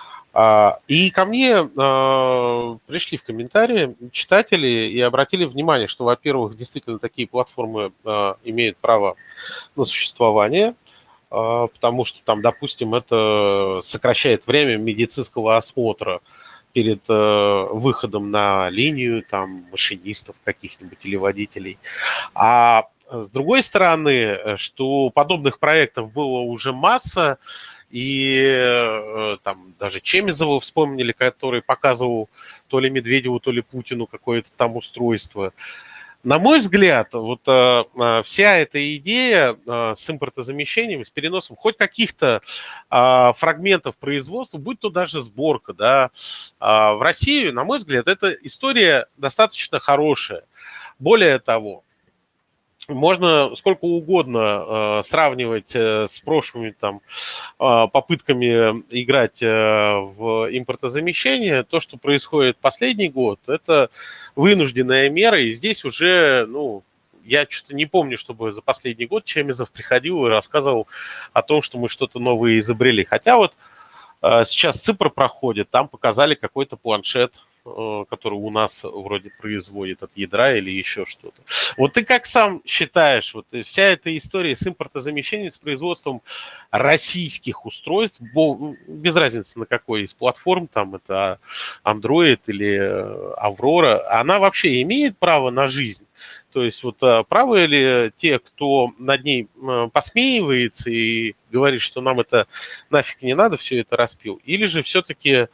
И ко мне э, пришли в комментарии читатели и обратили внимание, что, во-первых, действительно такие платформы э, имеют право на существование, э, потому что там, допустим, это сокращает время медицинского осмотра перед э, выходом на линию там, машинистов каких-нибудь или водителей. А с другой стороны, что подобных проектов было уже масса, и э, там даже Чемизова вспомнили, который показывал то ли Медведеву, то ли Путину какое-то там устройство. На мой взгляд, вот э, вся эта идея э, с импортозамещением, с переносом хоть каких-то э, фрагментов производства, будь то даже сборка, да, э, в Россию, на мой взгляд, эта история достаточно хорошая. Более того, Можно сколько угодно э, сравнивать э, с прошлыми там э, попытками играть э, в импортозамещение. То, что происходит последний год, это вынужденная мера, и здесь уже, ну, я что-то не помню, чтобы за последний год Чемизов приходил и рассказывал о том, что мы что-то новое изобрели. Хотя вот э, сейчас ЦИПР проходит, там показали какой-то планшет, который у нас вроде производит от ядра или еще что-то. Вот ты как сам считаешь, вот вся эта история с импортозамещением, с производством российских устройств, без разницы на какой из платформ, там это Android или Aurora, она вообще имеет право на жизнь? То есть вот правы ли те, кто над ней посмеивается и говорит, что нам это нафиг не надо, все это распил? Или же все-таки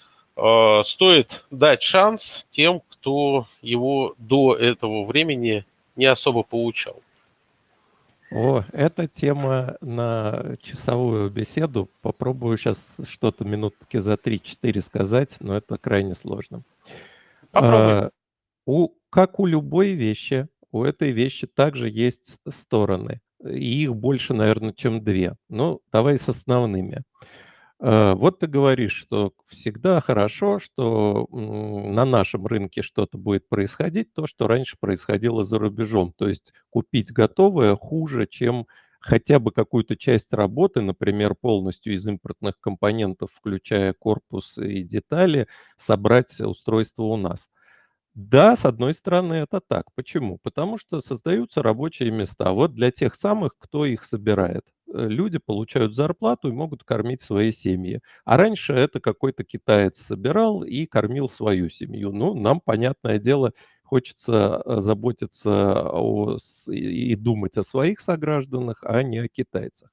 стоит дать шанс тем, кто его до этого времени не особо получал? О, эта тема на часовую беседу. Попробую сейчас что-то минутки за три-четыре сказать, но это крайне сложно. Попробуй. А, у, как у любой вещи, у этой вещи также есть стороны. И их больше, наверное, чем две. Ну, давай с основными. Вот ты говоришь, что всегда хорошо, что на нашем рынке что-то будет происходить, то, что раньше происходило за рубежом. То есть купить готовое хуже, чем хотя бы какую-то часть работы, например, полностью из импортных компонентов, включая корпус и детали, собрать устройство у нас. Да, с одной стороны, это так. Почему? Потому что создаются рабочие места. Вот для тех самых, кто их собирает. Э, Люди получают зарплату и могут кормить свои семьи. А раньше это какой-то китаец собирал и кормил свою семью. Ну, нам, понятное дело, хочется э, заботиться о, с- и и думать о своих согражданах, а не о китайцах.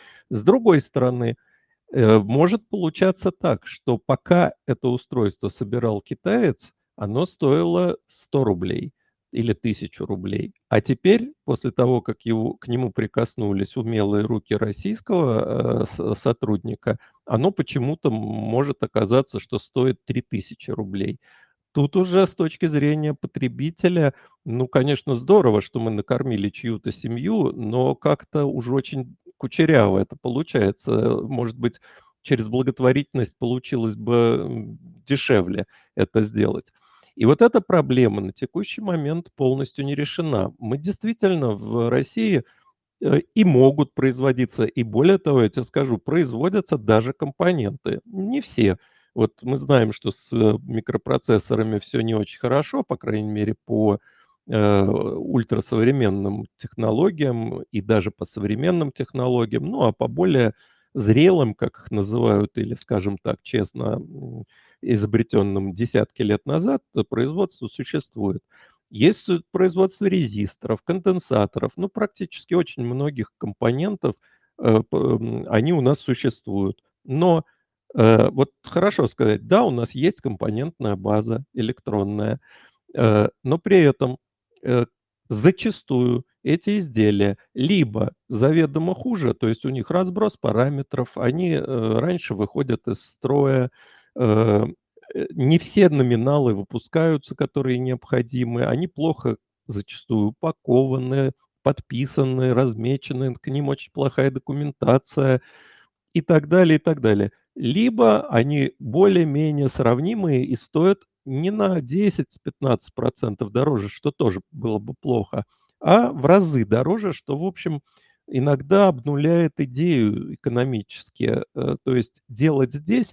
С другой стороны, Э, может получаться так, что пока это устройство собирал китаец, оно стоило сто рублей или тысячу рублей. А теперь, после того, как его, к нему прикоснулись умелые руки российского э, с- сотрудника, оно почему-то может оказаться, что стоит три тысячи рублей. Тут уже с точки зрения потребителя, ну, конечно, здорово, что мы накормили чью-то семью, но как-то уже очень кучеряво это получается. Э, Может быть, через благотворительность получилось бы м, дешевле это сделать. И вот эта проблема на текущий момент полностью не решена. Мы действительно в России э, и могут производиться, и более того, я тебе скажу, производятся даже компоненты. Не все. Вот мы знаем, что с э, микропроцессорами все не очень хорошо, по крайней мере, по э, ультрасовременным технологиям и даже по современным технологиям, ну а по более зрелым, как их называют, или, скажем так, честно, м, изобретенным десятки лет назад, э, производство существует. Есть э, производство резисторов, конденсаторов, ну, практически очень многих компонентов, э, п- м, они у нас существуют. Но э, вот хорошо сказать, да, у нас есть компонентная база электронная, э, но при этом э, зачастую эти изделия либо заведомо хуже, то есть у них разброс параметров, они э, раньше выходят из строя, э, э, не все номиналы выпускаются, которые необходимы, они плохо зачастую упакованы, подписаны, размечены, к ним очень плохая документация и так далее, и так далее. Либо они более-менее сравнимые и стоят не на десять-пятнадцать процентов дороже, что тоже было бы плохо, а в разы дороже, что, в общем, иногда обнуляет идею экономически. Э, То есть делать здесь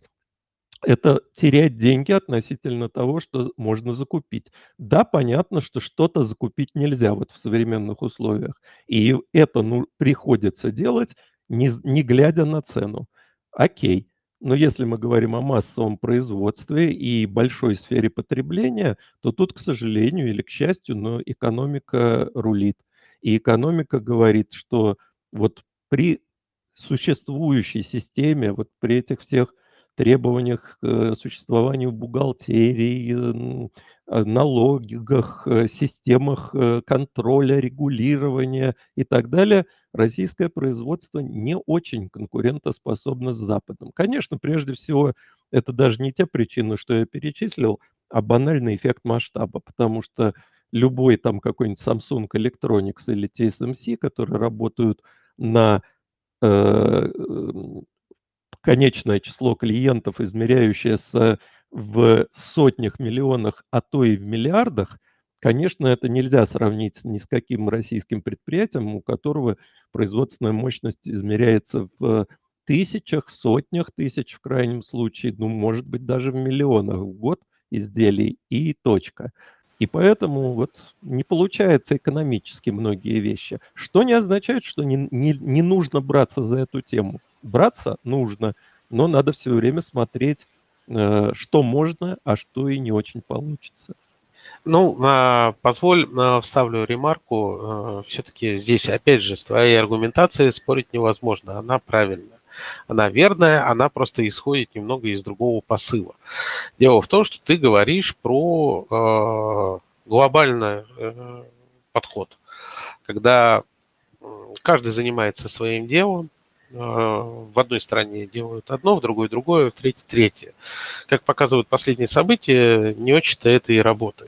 это терять деньги относительно того, что можно закупить. Да, понятно, что что-то закупить нельзя вот в современных условиях. И это, ну, приходится делать, не, з- не глядя на цену. Окей. Но если мы говорим о массовом производстве и большой сфере потребления, то тут, к сожалению или к счастью, но экономика рулит. И экономика говорит, что вот при существующей системе, вот при этих всех требованиях к э, существованию бухгалтерии, н э, налогах, э, системах, э, контроля, регулирования и так далее, российское производство не очень конкурентоспособно с западным. Конечно, прежде всего, это даже не те причины, что я перечислил, а банальный эффект масштаба, потому что любой там какой-нибудь Samsung Electronics или ти эс эм си, которые работают на э, м, конечное число клиентов, измеряющееся в сотнях миллионах, а то и в миллиардах, конечно, это нельзя сравнить с ни с каким российским предприятием, у которого производственная мощность измеряется в тысячах, сотнях тысяч в крайнем случае, ну, может быть, даже в миллионах в год изделий и точка. И поэтому вот не получается экономически многие вещи, что не означает, что не, не, не нужно браться за эту тему. Браться нужно, но надо все время смотреть, э, что можно, а что и не очень получится. Ну, а, позволь, а, вставлю ремарку. Все-таки здесь, опять же, с твоей аргументацией спорить невозможно. Она правильная, она верная, она просто исходит немного из другого посыла. Дело в том, что ты говоришь про э, глобальный э, подход, когда м, каждый занимается своим делом. э, В одной стране делают одно, в другой другое, в третьей третье. Как показывают последние события, не очень-то это и работает.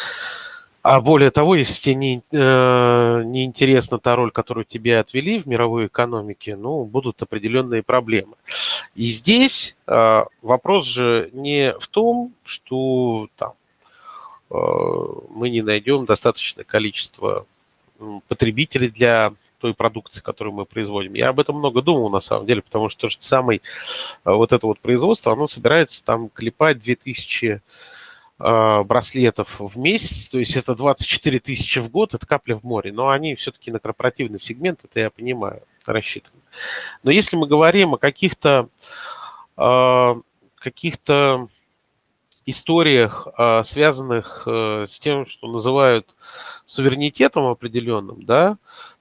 А более того, если тебе не, э, не интересна та роль, которую тебе отвели в мировой экономике, ну, будут определенные проблемы. И здесь э, вопрос же не в том, что там, э, мы не найдем достаточное количество м, потребителей для той продукции, которую мы производим. Я об этом много думал, на самом деле, потому что то же самое, э, вот это вот производство, оно собирается там клепать две тысячи э, браслетов в месяц, то есть это двадцать четыре тысячи в год, это капля в море, но они все-таки на корпоративный сегмент, это я понимаю, рассчитаны. Но если мы говорим о каких-то э, каких-то историях, э, связанных э, с тем, что называют суверенитетом определенным, да,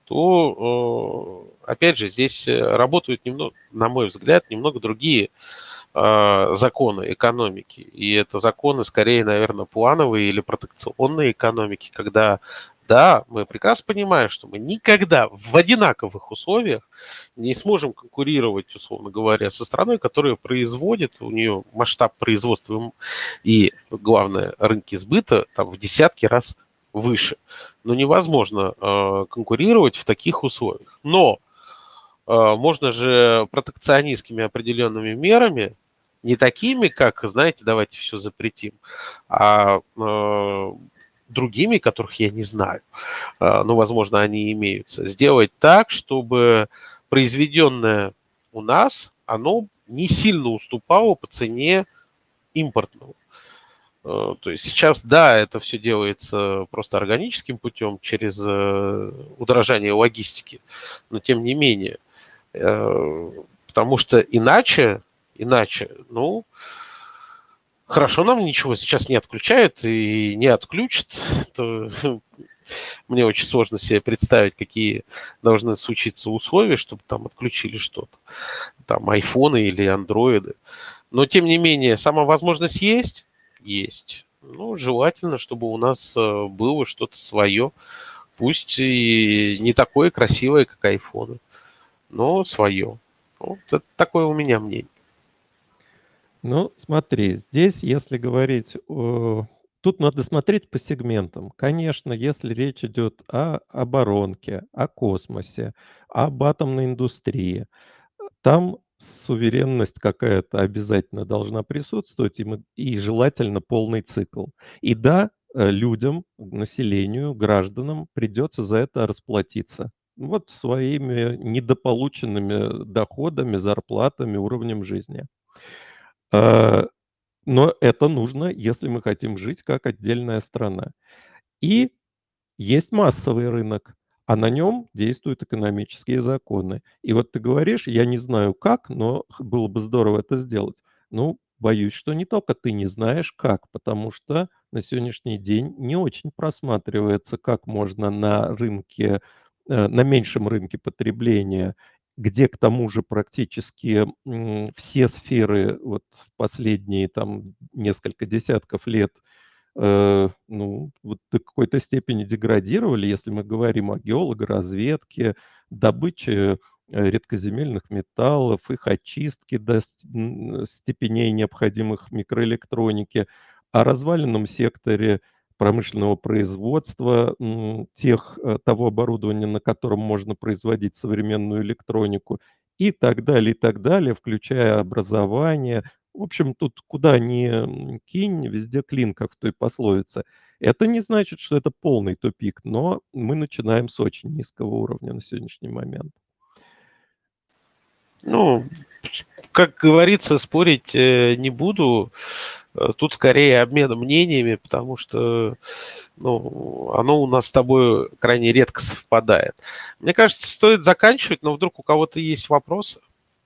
то, э, опять же, здесь работают немного, на мой взгляд, немного другие э, законы экономики. И это законы скорее, наверное, плановые или протекционные экономики, когда, да, мы прекрасно понимаем, что мы никогда в одинаковых условиях не сможем конкурировать, условно говоря, со страной, которая производит, у нее масштаб производства и, главное, рынки сбыта там в десятки раз выше. Но невозможно э, конкурировать в таких условиях. Но можно же протекционистскими определенными мерами, не такими, как, знаете, давайте все запретим, а э, другими, которых я не знаю, э, но, возможно, они имеются, сделать так, чтобы произведенное у нас, оно не сильно уступало по цене импортному. Э, то есть сейчас, да, это все делается просто органическим путем, через э, удорожание логистики, но тем не менее, потому что иначе, иначе, ну, хорошо, нам ничего сейчас не отключают и не отключат. То, мне очень сложно себе представить, какие должны случиться условия, чтобы там отключили что-то. Там айфоны или андроиды. Но, тем не менее, сама возможность есть? Есть. Ну, желательно, чтобы у нас было что-то свое. Пусть и не такое красивое, как айфоны, но свое. Вот это такое у меня мнение. Ну, смотри, здесь, если говорить о... Тут надо смотреть по сегментам. Конечно, если речь идет о оборонке, о космосе, об атомной индустрии, там суверенность какая-то обязательно должна присутствовать, и, мы, и желательно полный цикл. И да, э, людям, населению, гражданам придется за это расплатиться. Вот своими недополученными доходами, зарплатами, уровнем жизни. Э, Но это нужно, если мы хотим жить как отдельная страна. И есть массовый рынок, а на нем действуют экономические законы. И вот ты говоришь, я не знаю как, но х- было бы здорово это сделать. Ну, боюсь, что не только ты не знаешь как, потому что на сегодняшний день не очень просматривается, как можно на рынке, э, на меньшем рынке потребления, где к тому же практически м, все сферы вот в последние там несколько десятков лет э, ну, вот до какой-то степени деградировали, если мы говорим о геологоразведке, добыче э, редкоземельных металлов, их очистке до с- н- степеней необходимых микроэлектроники, о разваленном секторе промышленного производства, тех, того оборудования, на котором можно производить современную электронику, и так далее, и так далее, включая образование. В общем, тут куда ни кинь, везде клин, как в той пословице. Это не значит, что это полный тупик, но мы начинаем с очень низкого уровня на сегодняшний момент. Ну, как говорится, спорить э, не буду. Тут скорее обмен мнениями, потому что ну, оно у нас с тобой крайне редко совпадает. Мне кажется, стоит заканчивать, но вдруг у кого-то есть вопросы?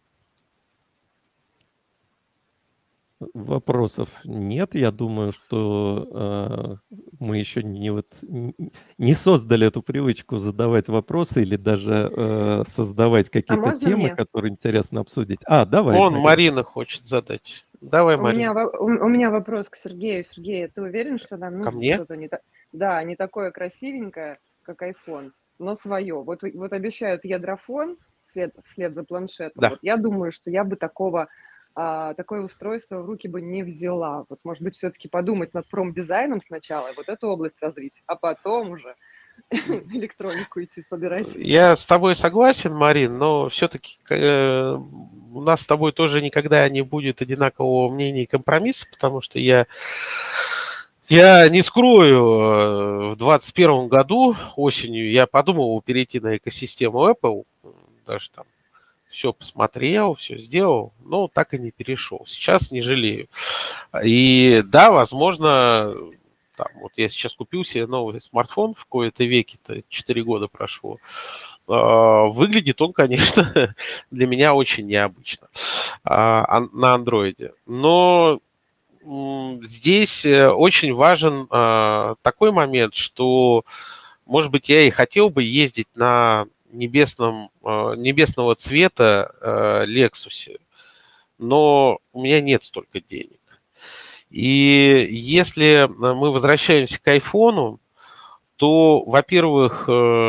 Вопросов нет. Я думаю, что э, мы еще не, вот, не создали эту привычку задавать вопросы или даже э, создавать какие-то можно темы, мне? которые интересно обсудить. А, давай. Он, Марина. Марина хочет задать. Давай, У меня, Марина. во- у, у меня вопрос к Сергею. Сергей, ты уверен, что нам Ко нужно мне? что-то не так? Да, не такое красивенькое, как iPhone, но свое. Вот, вот обещают ядрофон вслед, вслед за планшетом. Да. Вот я думаю, что я бы такого, а, такое устройство в руки бы не взяла. Вот, может быть, все-таки подумать над промдизайном сначала, и вот эту область развить, а потом уже электронику идти собирать. Я с тобой согласен, Марин, но все-таки э, у нас с тобой тоже никогда не будет одинакового мнения и компромисса, потому что я, я не скрою, в двадцать первом году осенью я подумал перейти на экосистему Apple, даже там все посмотрел, все сделал, но так и не перешел. Сейчас не жалею. И да, возможно, там, вот я сейчас купил себе новый смартфон в кои-то веки-то, четыре года прошло. Выглядит он, конечно, для меня очень необычно на андроиде. Но здесь очень важен такой момент, что, может быть, я и хотел бы ездить на небесном, небесного цвета Lexus, но у меня нет столько денег. И если мы возвращаемся к айфону, то, во-первых,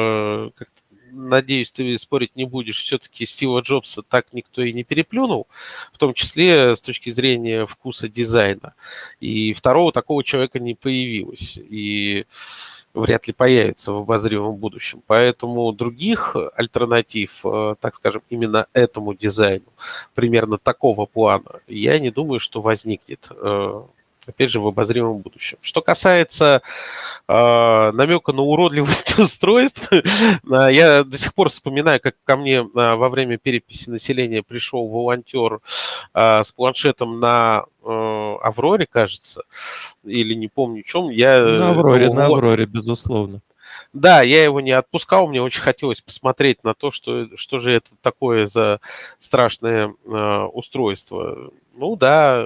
надеюсь, ты спорить не будешь, все-таки Стива Джобса так никто и не переплюнул, в том числе с точки зрения вкуса дизайна. И второго такого человека не появилось. И вряд ли появится в обозримом будущем. Поэтому других альтернатив, так скажем, именно этому дизайну, примерно такого плана, я не думаю, что возникнет, опять же, в обозримом будущем. Что касается э, намека на уродливость устройств, я до сих пор вспоминаю, как ко мне во время переписи населения пришел волонтер э, с планшетом на э, Авроре, кажется, или не помню чем. Я на Авроре, его... на Авроре, безусловно. Да, я его не отпускал, мне очень хотелось посмотреть на то, что, что же это такое за страшное э, устройство. Ну да,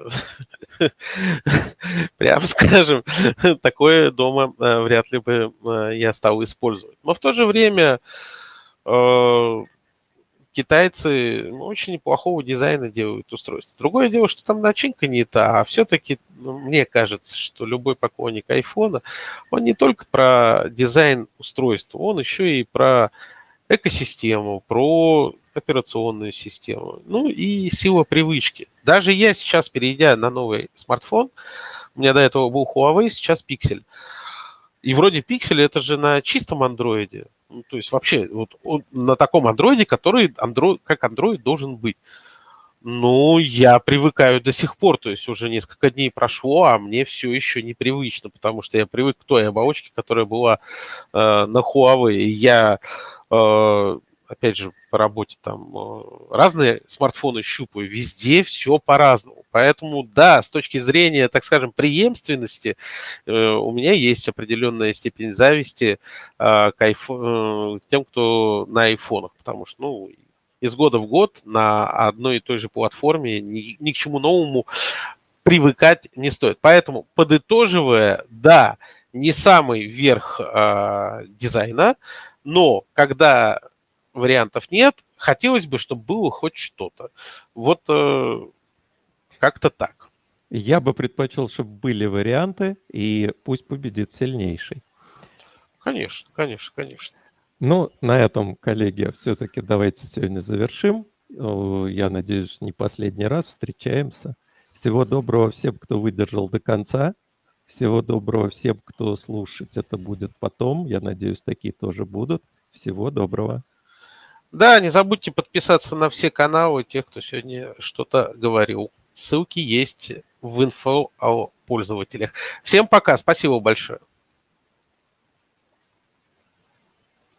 прямо скажем, такое дома э, вряд ли бы э, я стал использовать. Но в то же время э, китайцы очень неплохого дизайна делают устройства. Другое дело, что там начинка не та, а все-таки ну, мне кажется, что любой поклонник айфона, он не только про дизайн устройства, он еще и про экосистему, про операционную систему, ну и сила привычки. Даже я сейчас, перейдя на новый смартфон, у меня до этого был Huawei, сейчас Pixel. И вроде Pixel это же на чистом андроиде. Ну, то есть вообще вот он, на таком андроиде, который Android, как Android должен быть. Ну, я привыкаю до сих пор, то есть уже несколько дней прошло, а мне все еще непривычно, потому что я привык к той оболочке, которая была э, на Huawei. И я, э, опять же, по работе там э, разные смартфоны щупаю, везде все по-разному. Поэтому, да, с точки зрения, так скажем, преемственности, э, у меня есть определенная степень зависти э, к, айфо- э, к тем, кто на айфонах, потому что, ну, из года в год на одной и той же платформе ни, ни к чему новому привыкать не стоит. Поэтому, подытоживая, да, не самый верх э, дизайна, но когда вариантов нет, хотелось бы, чтобы было хоть что-то. Вот э, как-то так. Я бы предпочел, чтобы были варианты, и пусть победит сильнейший. Конечно, конечно, конечно. Ну, на этом, коллеги, все-таки давайте сегодня завершим. Я надеюсь, не последний раз встречаемся. Всего доброго всем, кто выдержал до конца. Всего доброго всем, кто слушать это будет потом. Я надеюсь, такие тоже будут. Всего доброго. Да, не забудьте подписаться на все каналы тех, кто сегодня что-то говорил. Ссылки есть в инфо о пользователях. Всем пока, спасибо большое.